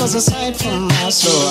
was a sight from my soul.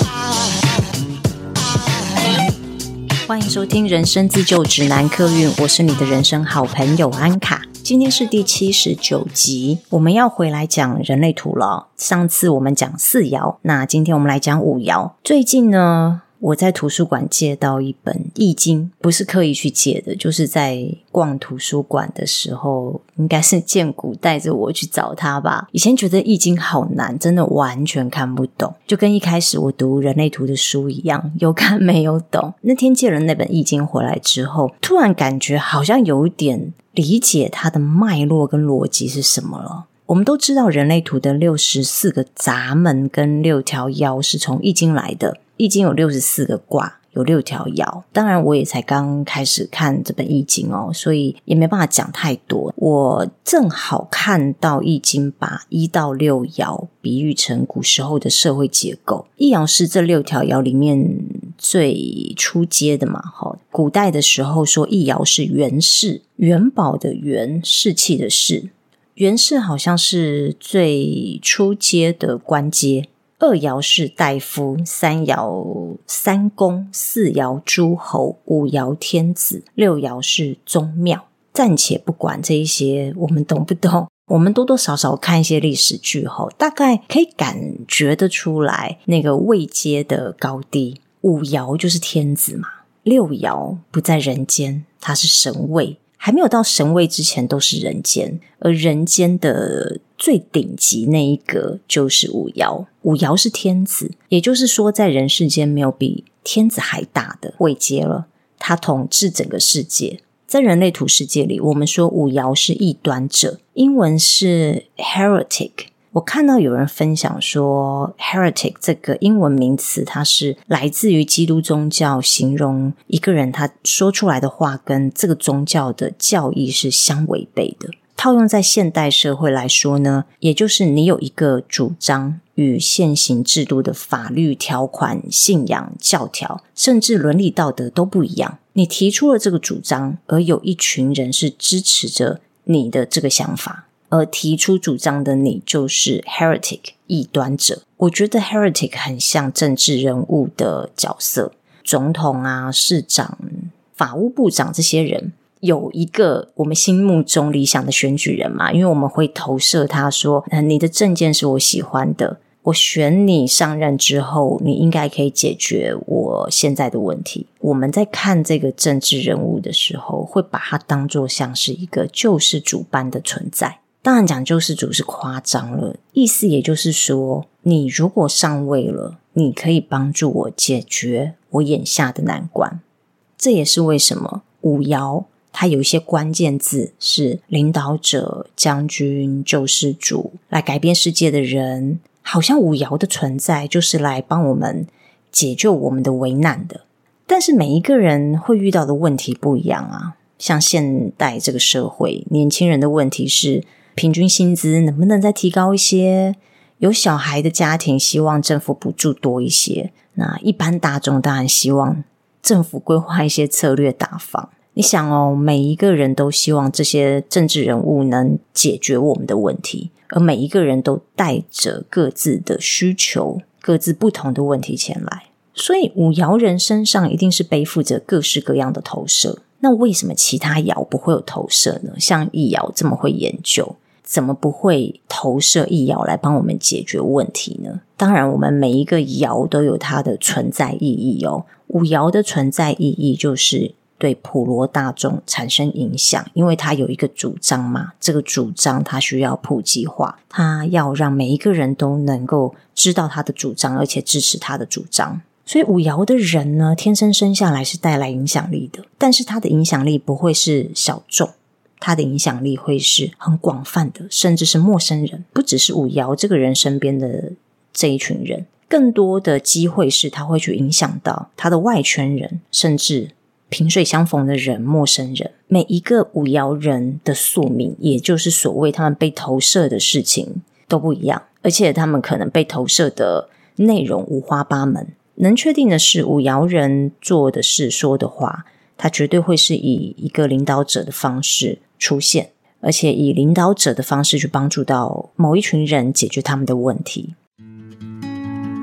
欢迎收听人生自救指南客运，我是你的人生好朋友安卡。今天是第79集，我们要回来讲人类图了。上次我们讲4爻，那今天我们来讲5爻。最近呢，我在图书馆借到一本易经，不是刻意去借的，就是在逛图书馆的时候，应该是建谷带着我去找它吧。以前觉得易经好难，真的完全看不懂，就跟一开始我读人类图的书一样，有看没有懂。那天借了那本易经回来之后，突然感觉好像有一点理解它的脉络跟逻辑是什么了。我们都知道人类图的64个闸门跟6条爻是从易经来的，易经有64个卦，有6条爻。当然我也才刚开始看这本易经哦，所以也没办法讲太多。我正好看到易经把1到6爻比喻成古时候的社会结构，一爻是这6条爻里面最初阶的嘛。古代的时候说一爻是元氏，元宝的元，士气的士。元氏好像是最初阶的官阶，2爻是大夫，3爻三公，4爻诸侯，5爻天子，6爻是宗庙。暂且不管这一些我们懂不懂，我们多多少少看一些历史剧后，大概可以感觉得出来那个位阶的高低。5爻就是天子嘛，6爻不在人间，它是神位，还没有到神位之前都是人间，而人间的最顶级那一个就是5爻。5爻是天子，也就是说在人世间没有比天子还大的位阶了，他统治整个世界。在人类图世界里，我们说5爻是异端者，英文是 heretic。我看到有人分享说 heretic 这个英文名词，它是来自于基督宗教，形容一个人他说出来的话跟这个宗教的教义是相违背的。套用在现代社会来说呢，也就是你有一个主张与现行制度的法律条款、信仰、教条甚至伦理道德都不一样，你提出了这个主张，而有一群人是支持着你的这个想法，而提出主张的你就是 heretic 异端者。我觉得 heretic 很像政治人物的角色，总统啊、市长、法务部长这些人有一个我们心目中理想的选举人嘛，因为我们会投射他说你的政见是我喜欢的，我选你上任之后你应该可以解决我现在的问题。我们在看这个政治人物的时候会把他当作像是一个救世主般的存在。当然讲救世主是夸张了，意思也就是说你如果上位了，你可以帮助我解决我眼下的难关。这也是为什么5爻它有一些关键字是领导者、将军、救世主，来改变世界的人，好像5爻的存在就是来帮我们解救我们的危难的。但是每一个人会遇到的问题不一样啊，像现代这个社会，年轻人的问题是平均薪资能不能再提高一些，有小孩的家庭希望政府补助多一些，那一般大众当然希望政府规划一些策略打房。你想哦，每一个人都希望这些政治人物能解决我们的问题，而每一个人都带着各自的需求、各自不同的问题前来，所以5爻人身上一定是背负着各式各样的投射。那为什么其他爻不会有投射呢？像一爻这么会研究，怎么不会投射一爻来帮我们解决问题呢？当然我们每一个爻都有它的存在意义哦。5爻的存在意义就是对普罗大众产生影响，因为它有一个主张嘛，这个主张它需要普及化，它要让每一个人都能够知道它的主张，而且支持它的主张。所以5爻的人呢，天生生下来是带来影响力的，但是他的影响力不会是小众，他的影响力会是很广泛的，甚至是陌生人，不只是5爻这个人身边的这一群人，更多的机会是他会去影响到他的外圈人，甚至萍水相逢的人、陌生人。每一个5爻人的宿命，也就是所谓他们被投射的事情都不一样，而且他们可能被投射的内容五花八门。能确定的是5爻人做的事、说的话，他绝对会是以一个领导者的方式出现，而且以领导者的方式去帮助到某一群人解决他们的问题。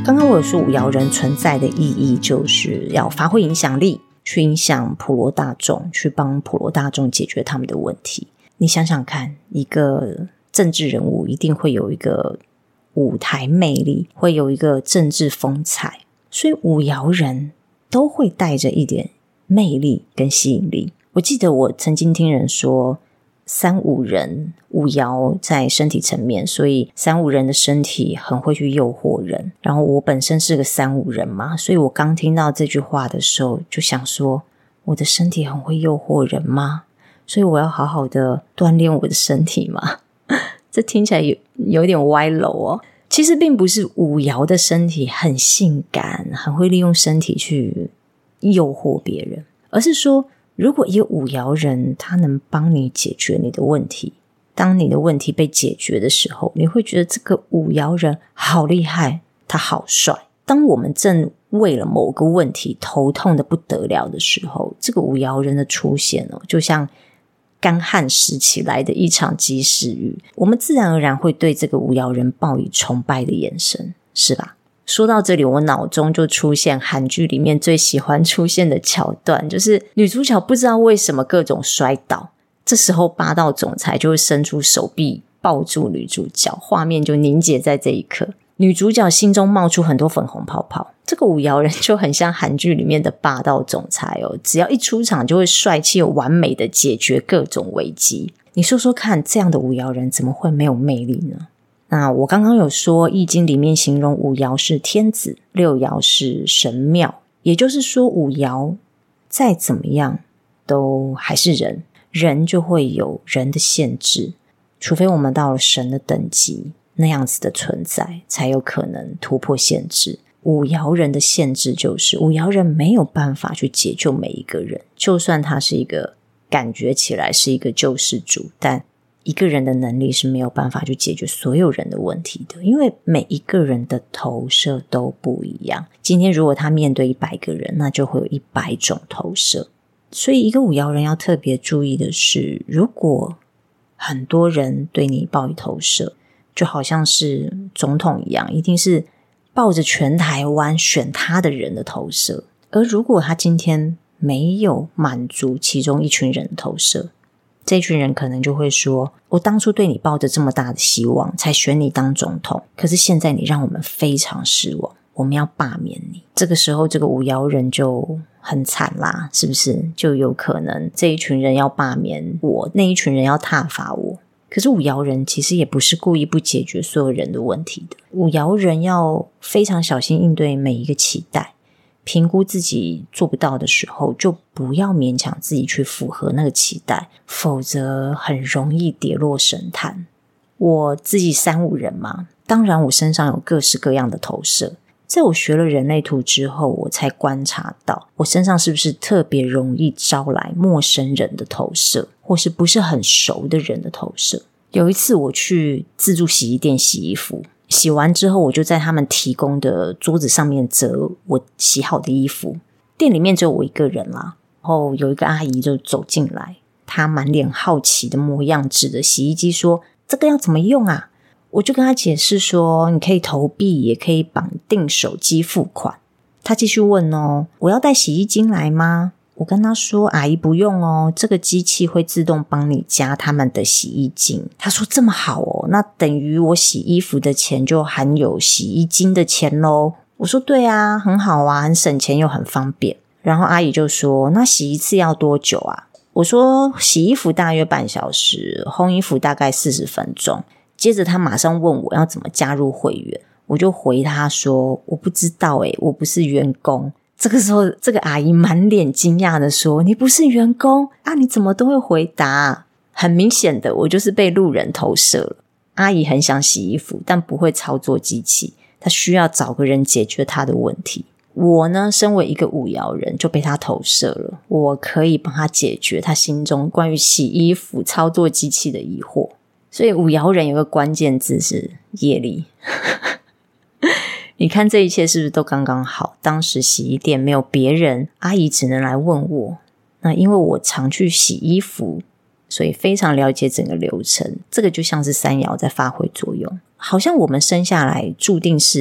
刚刚我有说五爻人存在的意义就是要发挥影响力，去影响普罗大众，去帮普罗大众解决他们的问题。你想想看，一个政治人物一定会有一个舞台魅力，会有一个政治风采，所以五爻人都会带着一点魅力跟吸引力。我记得我曾经听人说三五人，五爻在身体层面，所以三五人的身体很会去诱惑人。然后我本身是个三五人嘛，所以我刚听到这句话的时候就想说，我的身体很会诱惑人吗？所以我要好好的锻炼我的身体吗？这听起来有点歪楼哦。其实并不是五爻的身体很性感，很会利用身体去诱惑别人，而是说如果一个五爻人他能帮你解决你的问题，当你的问题被解决的时候，你会觉得这个五爻人好厉害，他好帅。当我们正为了某个问题头痛的不得了的时候，这个五爻人的出现就像干旱时起来的一场及时雨，我们自然而然会对这个五爻人抱以崇拜的眼神，是吧？说到这里，我脑中就出现韩剧里面最喜欢出现的桥段，就是女主角不知道为什么各种摔倒，这时候霸道总裁就会伸出手臂抱住女主角，画面就凝结在这一刻。女主角心中冒出很多粉红泡泡，这个五爻人就很像韩剧里面的霸道总裁只要一出场就会帅气又完美的解决各种危机。你说说看，这样的五爻人怎么会没有魅力呢？那我刚刚有说易经里面形容五爻是天子，六爻是神庙，也就是说五爻再怎么样都还是人，人就会有人的限制，除非我们到了神的等级，那样子的存在才有可能突破限制。五爻人的限制就是五爻人没有办法去解救每一个人，就算他是一个感觉起来是一个救世主，但一个人的能力是没有办法去解决所有人的问题的，因为每一个人的投射都不一样。今天如果他面对100个人，那就会有100种投射。所以一个五爻人要特别注意的是，如果很多人对你抱以投射，就好像是总统一样，一定是抱着全台湾选他的人的投射。而如果他今天没有满足其中一群人的投射，这群人可能就会说，我当初对你抱着这么大的希望才选你当总统，可是现在你让我们非常失望，我们要罢免你。这个时候这个五爻人就很惨啦，是不是？就有可能这一群人要罢免我，那一群人要挞伐我。可是五爻人其实也不是故意不解决所有人的问题的，五爻人要非常小心应对每一个期待，评估自己做不到的时候，就不要勉强自己去符合那个期待，否则很容易跌落神坛。我自己三五人嘛，当然我身上有各式各样的投射。在我学了人类图之后，我才观察到我身上是不是特别容易招来陌生人的投射，或是不是很熟的人的投射。有一次我去自助洗衣店洗衣服，洗完之后我就在他们提供的桌子上面折我洗好的衣服，店里面只有我一个人啦。然后有一个阿姨就走进来，她满脸好奇的模样，指着洗衣机说，这个要怎么用啊？我就跟她解释说，你可以投币，也可以绑定手机付款。她继续问我要带洗衣精来吗？我跟她说，阿姨不用这个机器会自动帮你加他们的洗衣精。她说这么好那等于我洗衣服的钱就含有洗衣精的钱咯。我说对啊，很好啊，很省钱又很方便。然后阿姨就说，那洗一次要多久啊？我说洗衣服大约半小时，烘衣服大概40分钟。接着他马上问我要怎么加入会员，我就回他说我不知道我不是员工。这个时候这个阿姨满脸惊讶的说，你不是员工啊？你怎么都会回答？很明显的我就是被路人投射了。阿姨很想洗衣服，但不会操作机器，她需要找个人解决她的问题。我呢，身为一个五爻人就被她投射了，我可以帮她解决她心中关于洗衣服操作机器的疑惑。所以五爻人有个关键字是业力你看这一切是不是都刚刚好？当时洗衣店没有别人，阿姨只能来问我。那因为我常去洗衣服，所以非常了解整个流程。这个就像是三爻在发挥作用，好像我们生下来注定是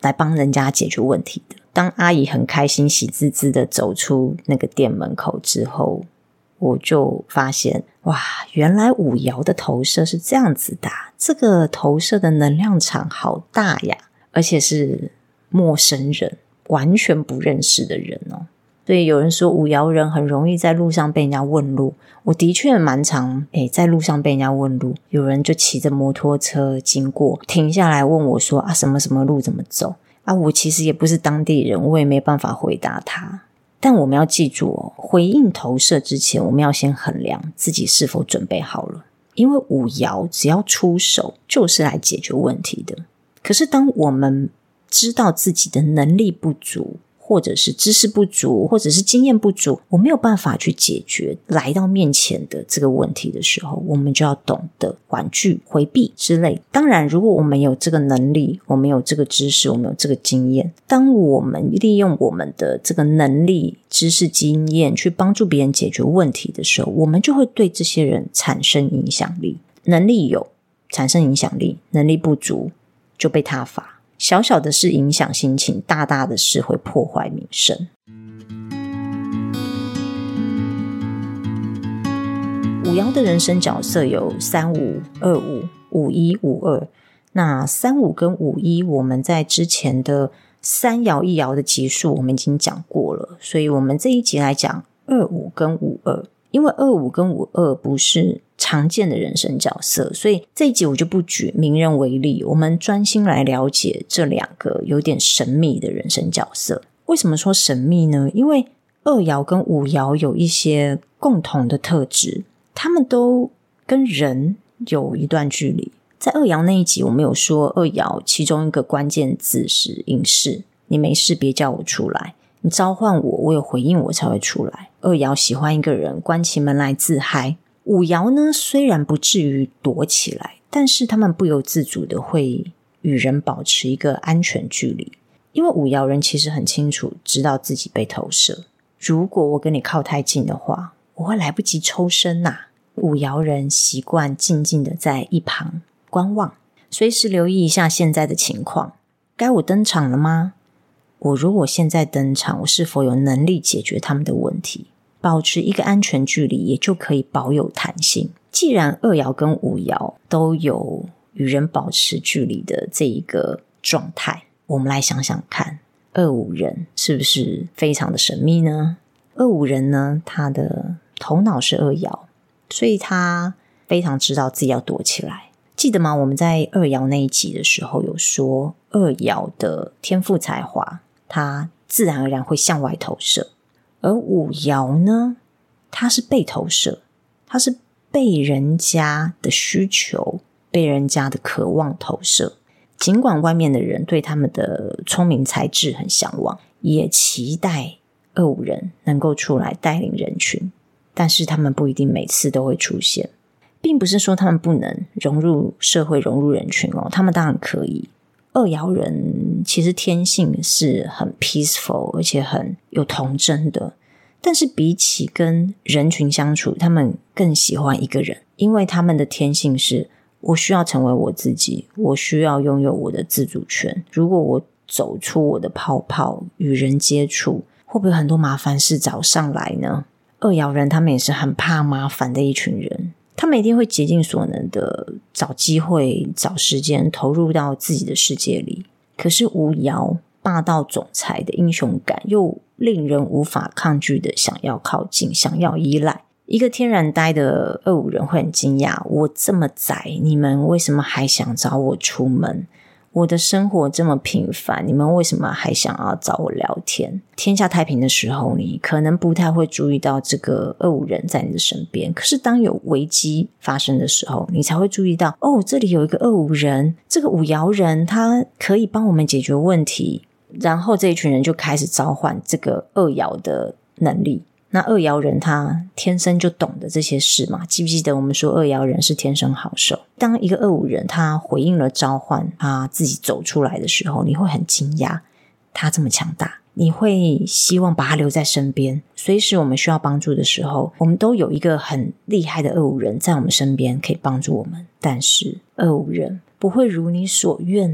来帮人家解决问题的。当阿姨很开心喜滋滋的走出那个店门口之后，我就发现哇，原来五爻的投射是这样子的，这个投射的能量场好大呀，而且是陌生人，完全不认识的人哦。所以有人说五爻人很容易在路上被人家问路，我的确蛮常在路上被人家问路，有人就骑着摩托车经过，停下来问我说什么什么路怎么走我其实也不是当地人，我也没办法回答他。但我们要记住回应投射之前，我们要先衡量自己是否准备好了。因为五爻只要出手就是来解决问题的。可是当我们知道自己的能力不足，或者是知识不足，或者是经验不足，我没有办法去解决来到面前的这个问题的时候，我们就要懂得婉拒、回避之类。当然如果我们有这个能力，我们有这个知识，我们有这个经验，当我们利用我们的这个能力、知识、经验去帮助别人解决问题的时候，我们就会对这些人产生影响力。能力有产生影响力，能力不足就被挞伐。小小的事影响心情，大大的事会破坏名声。五爻的人生角色有35、25、51、52。那35跟51我们在之前的3爻1爻的集数我们已经讲过了，所以我们这一集来讲25跟52。因为25跟52不是常见的人生角色，所以这一集我就不举名人为例，我们专心来了解这两个有点神秘的人生角色。为什么说神秘呢？因为2爻跟5爻有一些共同的特质，他们都跟人有一段距离。在2爻那一集我们有说2爻其中一个关键字是隐士，你没事别叫我出来，你召唤我，我有回应我才会出来。2爻喜欢一个人关起门来自嗨。5爻呢，虽然不至于躲起来，但是他们不由自主的会与人保持一个安全距离。因为5爻人其实很清楚知道自己被投射，如果我跟你靠太近的话，我会来不及抽身5爻人习惯静静的在一旁观望，随时留意一下现在的情况，该我登场了吗？我如果现在登场，我是否有能力解决他们的问题？保持一个安全距离，也就可以保有弹性。既然2爻跟5爻都有与人保持距离的这一个状态，我们来想想看，25人是不是非常的神秘呢？25人呢，他的头脑是2爻，所以他非常知道自己要躲起来。记得吗？我们在2爻那一集的时候有说，2爻的天赋才华，他自然而然会向外投射。而5爻呢，它是被投射，它是被人家的需求、被人家的渴望投射。尽管外面的人对他们的聪明才智很向往，也期待25人能够出来带领人群，但是他们不一定每次都会出现。并不是说他们不能融入社会、融入人群他们当然可以。2爻人其实天性是很 peaceful 而且很有童真的，但是比起跟人群相处，他们更喜欢一个人，因为他们的天性是我需要成为我自己，我需要拥有我的自主权。如果我走出我的泡泡，与人接触，会不会很多麻烦事找上来呢？2爻人他们也是很怕麻烦的一群人，他们一定会竭尽所能的找机会、找时间投入到自己的世界里。可是5爻霸道总裁的英雄感又令人无法抗拒的想要靠近、想要依赖。一个天然呆的25人会很惊讶，我这么宅，你们为什么还想找我出门？我的生活这么平凡，你们为什么还想要找我聊天？天下太平的时候，你可能不太会注意到这个25人在你的身边，可是当有危机发生的时候，你才会注意到这里有一个25人，这个5爻人他可以帮我们解决问题，然后这一群人就开始召唤这个2爻的能力。那2爻人他天生就懂得这些事嘛，记不记得我们说2爻人是天生好手？当一个25人他回应了召唤，他自己走出来的时候，你会很惊讶他这么强大，你会希望把他留在身边，随时我们需要帮助的时候，我们都有一个很厉害的25人在我们身边可以帮助我们。但是25人不会如你所愿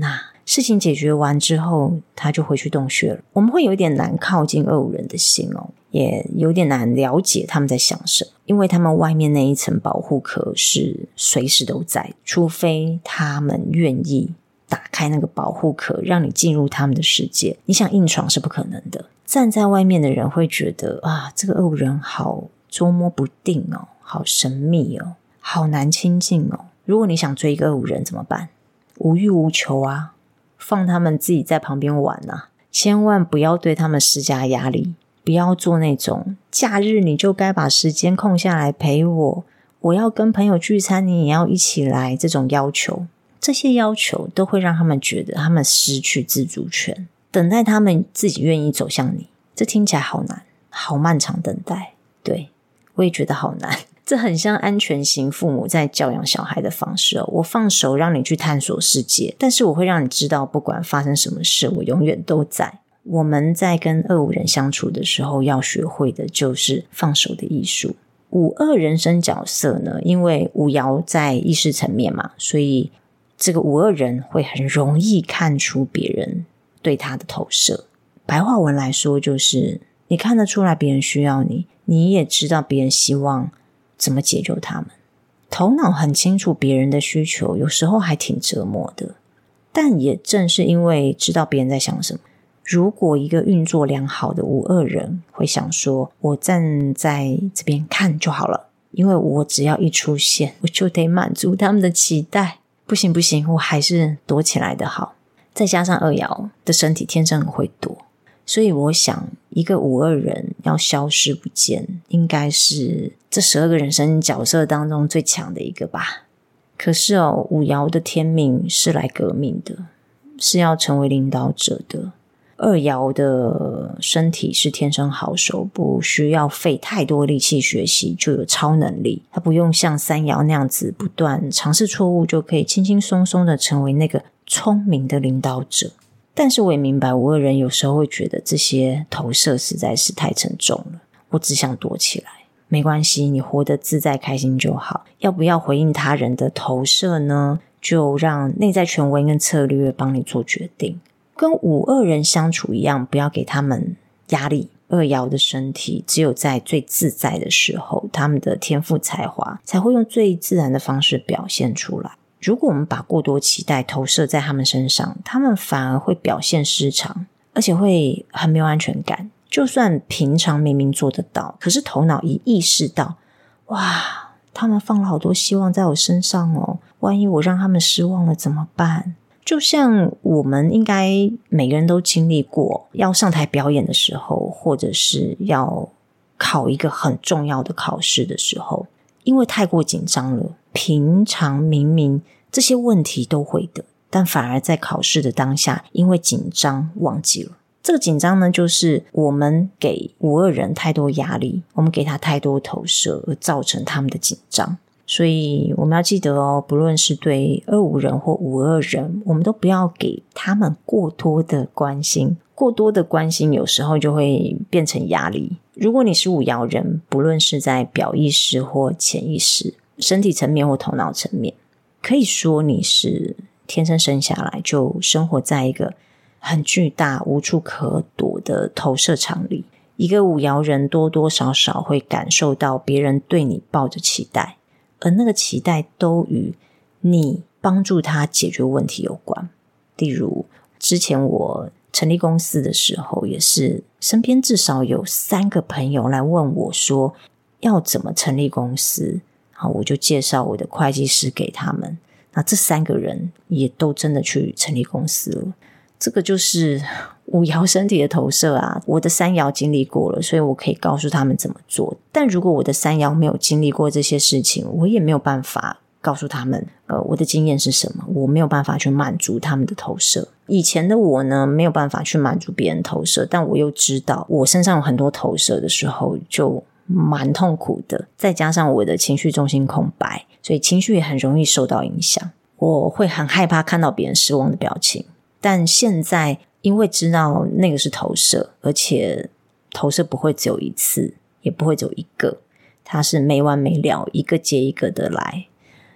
事情解决完之后他就回去洞穴了。我们会有点难靠近25人的心也有点难了解他们在想什么，因为他们外面那一层保护壳是随时都在，除非他们愿意打开那个保护壳让你进入他们的世界，你想硬闯是不可能的。站在外面的人会觉得这个25人好捉摸不定好神秘好难亲近如果你想追一个25人怎么办？无欲无求放他们自己在旁边玩千万不要对他们施加压力，不要做那种假日你就该把时间空下来陪我，我要跟朋友聚餐你也要一起来，这种要求。这些要求都会让他们觉得他们失去自主权，等待他们自己愿意走向你。这听起来好难，好漫长等待。对，我也觉得好难。这很像安全型父母在教养小孩的方式我放手让你去探索世界，但是我会让你知道不管发生什么事我永远都在。我们在跟25人相处的时候要学会的就是放手的艺术。52人生角色呢，因为五爻在意识层面嘛，所以这个52人会很容易看出别人对他的投射。白话文来说就是你看得出来别人需要你，你也知道别人希望怎么解救他们。头脑很清楚别人的需求，有时候还挺折磨的，但也正是因为知道别人在想什么，如果一个运作良好的52人会想说我站在这边看就好了，因为我只要一出现我就得满足他们的期待，不行不行，我还是躲起来的好。再加上2爻的身体天生很会躲，所以我想一个52人要消失不见应该是这12个人生角色当中最强的一个吧。可是5爻的天命是来革命的，是要成为领导者的。2爻的身体是天生好手，不需要费太多力气学习就有超能力，他不用像3爻那样子不断尝试错误就可以轻轻松松的成为那个聪明的领导者。但是我也明白52人有时候会觉得这些投射实在是太沉重了，我只想躲起来。没关系，你活得自在开心就好。要不要回应他人的投射呢？就让内在权威跟策略帮你做决定。跟52人相处一样，不要给他们压力。2爻的身体只有在最自在的时候，他们的天赋才华才会用最自然的方式表现出来。如果我们把过多期待投射在他们身上，他们反而会表现失常，而且会很没有安全感。就算平常明明做得到，可是头脑一意识到哇，他们放了好多希望在我身上万一我让他们失望了怎么办？就像我们应该每个人都经历过要上台表演的时候，或者是要考一个很重要的考试的时候，因为太过紧张了，平常明明这些问题都会的，但反而在考试的当下因为紧张忘记了。这个紧张呢，就是我们给52人太多压力，我们给他太多投射，而造成他们的紧张。所以我们要记得不论是对25人或52人，我们都不要给他们过多的关心。过多的关心有时候就会变成压力。如果你是5爻人，不论是在表意识或潜意识，身体层面或头脑层面，可以说你是天生生下来就生活在一个很巨大无处可躲的投射场里。一个5爻人多多少少会感受到别人对你抱着期待，而那个期待都与你帮助他解决问题有关。例如之前我成立公司的时候，也是身边至少有3个朋友来问我说要怎么成立公司，好，我就介绍我的会计师给他们，那这3个人也都真的去成立公司了。这个就是5爻身体的投射啊，我的3爻经历过了，所以我可以告诉他们怎么做。但如果我的3爻没有经历过这些事情，我也没有办法告诉他们我的经验是什么，我没有办法去满足他们的投射。以前的我呢，没有办法去满足别人投射，但我又知道我身上有很多投射的时候就蛮痛苦的，再加上我的情绪中心空白，所以情绪也很容易受到影响。我会很害怕看到别人失望的表情，但现在因为知道那个是投射，而且投射不会只有一次，也不会只有一个，它是没完没了，一个接一个的来。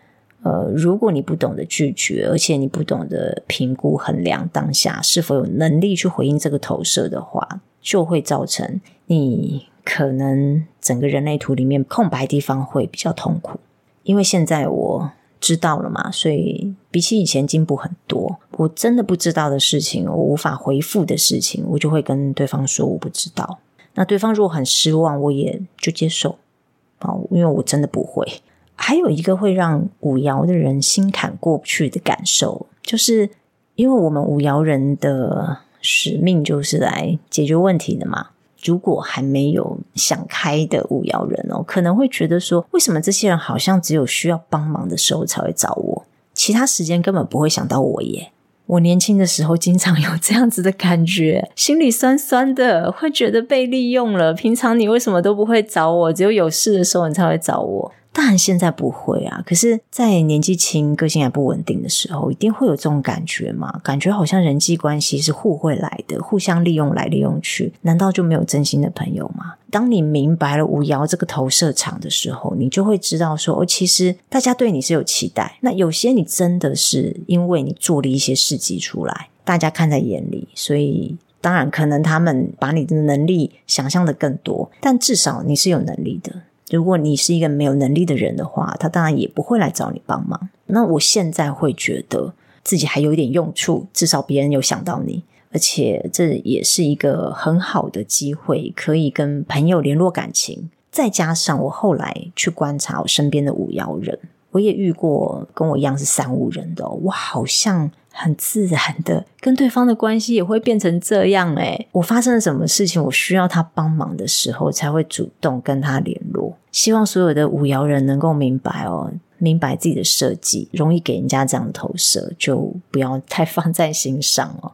如果你不懂得拒绝，而且你不懂得评估衡量当下是否有能力去回应这个投射的话，就会造成你可能整个人类图里面空白地方会比较痛苦。因为现在我知道了嘛，所以比起以前进步很多。我真的不知道的事情，我无法回复的事情，我就会跟对方说我不知道。那对方如果很失望，我也就接受，因为我真的不会。还有一个会让五爻的人心坎过不去的感受，就是因为我们五爻人的使命就是来解决问题的嘛。如果还没有想开的五爻人可能会觉得说，为什么这些人好像只有需要帮忙的时候才会找我，其他时间根本不会想到我耶。我年轻的时候经常有这样子的感觉，心里酸酸的，会觉得被利用了。平常你为什么都不会找我，只有有事的时候你才会找我。当然现在不会啊，可是在年纪轻个性还不稳定的时候，一定会有这种感觉嘛，感觉好像人际关系是互惠来的，互相利用来利用去，难道就没有真心的朋友吗？当你明白了五爻这个投射场的时候，你就会知道说，其实大家对你是有期待，那有些你真的是因为你做了一些事迹出来，大家看在眼里，所以当然可能他们把你的能力想象的更多，但至少你是有能力的。如果你是一个没有能力的人的话，他当然也不会来找你帮忙。那我现在会觉得自己还有一点用处，至少别人有想到你，而且这也是一个很好的机会，可以跟朋友联络感情。再加上我后来去观察我身边的五爻人，我也遇过跟我一样是三五人的我好像很自然的跟对方的关系也会变成这样我发生了什么事情，我需要他帮忙的时候才会主动跟他联络。希望所有的五爻人能够明白明白自己的设计，容易给人家这样的投射，就不要太放在心上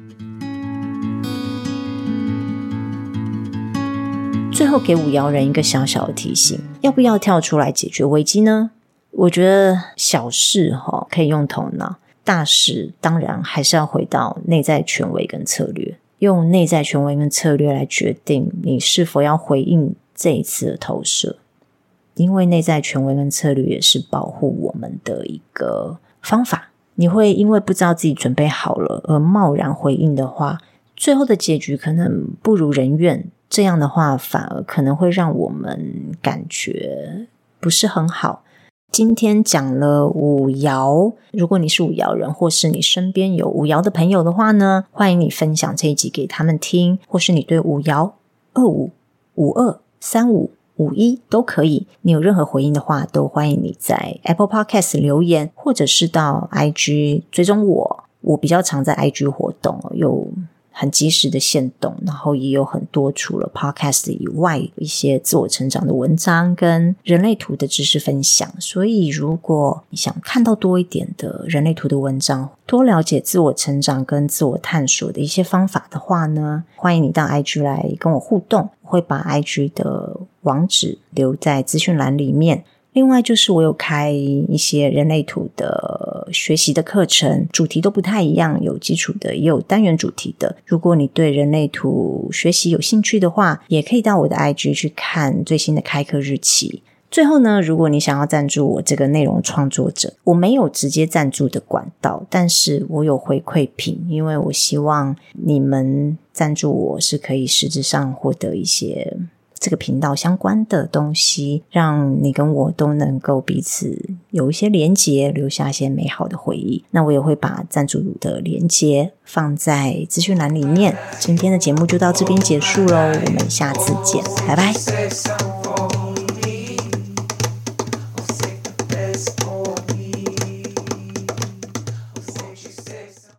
最后给五爻人一个小小的提醒，要不要跳出来解决危机呢？我觉得小事可以用头脑，大事当然还是要回到内在权威跟策略，用内在权威跟策略来决定你是否要回应这一次的投射。因为内在权威跟策略也是保护我们的一个方法，你会因为不知道自己准备好了而贸然回应的话，最后的结局可能不如人愿，这样的话反而可能会让我们感觉不是很好。今天讲了五爻，如果你是五爻人，或是你身边有五爻的朋友的话呢，欢迎你分享这一集给他们听，或是你对五爻25、52、35、51都可以，你有任何回应的话，都欢迎你在 Apple Podcast 留言，或者是到 IG 追踪我比较常在 IG 活动有很及时的限动，然后也有很多除了 podcast 以外一些自我成长的文章跟人类图的知识分享。所以如果你想看到多一点的人类图的文章，多了解自我成长跟自我探索的一些方法的话呢，欢迎你到 IG 来跟我互动，我会把 IG 的网址留在资讯栏里面。另外就是我有开一些人类图的学习的课程，主题都不太一样，有基础的也有单元主题的。如果你对人类图学习有兴趣的话，也可以到我的 IG 去看最新的开课日期。最后呢，如果你想要赞助我这个内容创作者，我没有直接赞助的管道，但是我有回馈品，因为我希望你们赞助我是可以实质上获得一些这个频道相关的东西，让你跟我都能够彼此有一些连结，留下一些美好的回忆。那我也会把赞助的连结放在资讯栏里面。今天的节目就到这边结束咯，我们下次见，拜拜。